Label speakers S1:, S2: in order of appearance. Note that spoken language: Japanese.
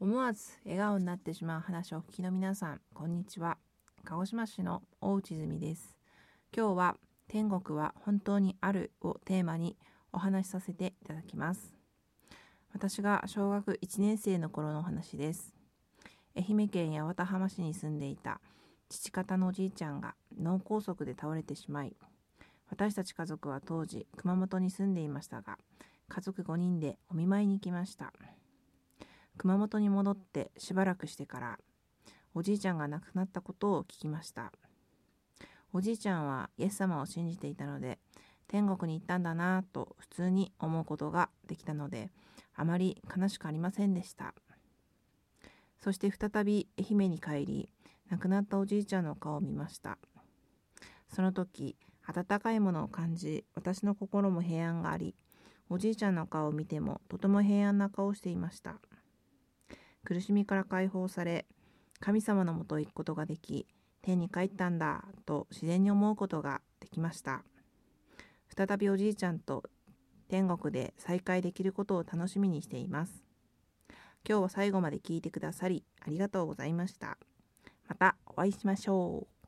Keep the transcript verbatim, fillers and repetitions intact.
S1: 思わず笑顔になってしまう話をお聞きの皆さん、こんにちは。鹿児島市の大内泉です。今日は天国は本当にあるをテーマにお話しさせていただきます。私が小学いちねん生の頃のお話です。愛媛県八幡浜市に住んでいた父方のおじいちゃんが脳梗塞で倒れてしまい、私たち家族は当時熊本に住んでいましたが、家族ごにんでお見舞いに行きました。熊本に戻ってしばらくしてからおじいちゃんが亡くなったことを聞きました。おじいちゃんはイエス様を信じていたので、天国に行ったんだなぁと普通に思うことができたので、あまり悲しくありませんでした。そして再び愛媛に帰り、亡くなったおじいちゃんの顔を見ました。その時、温かいものを感じ、私の心も平安があり、おじいちゃんの顔を見てもとても平安な顔をしていました。苦しみから解放され、神様のもとへ行くことができ、天に帰ったんだと自然に思うことができました。再びおじいちゃんと天国で再会できることを楽しみにしています。今日は最後まで聞いてくださりありがとうございました。またお会いしましょう。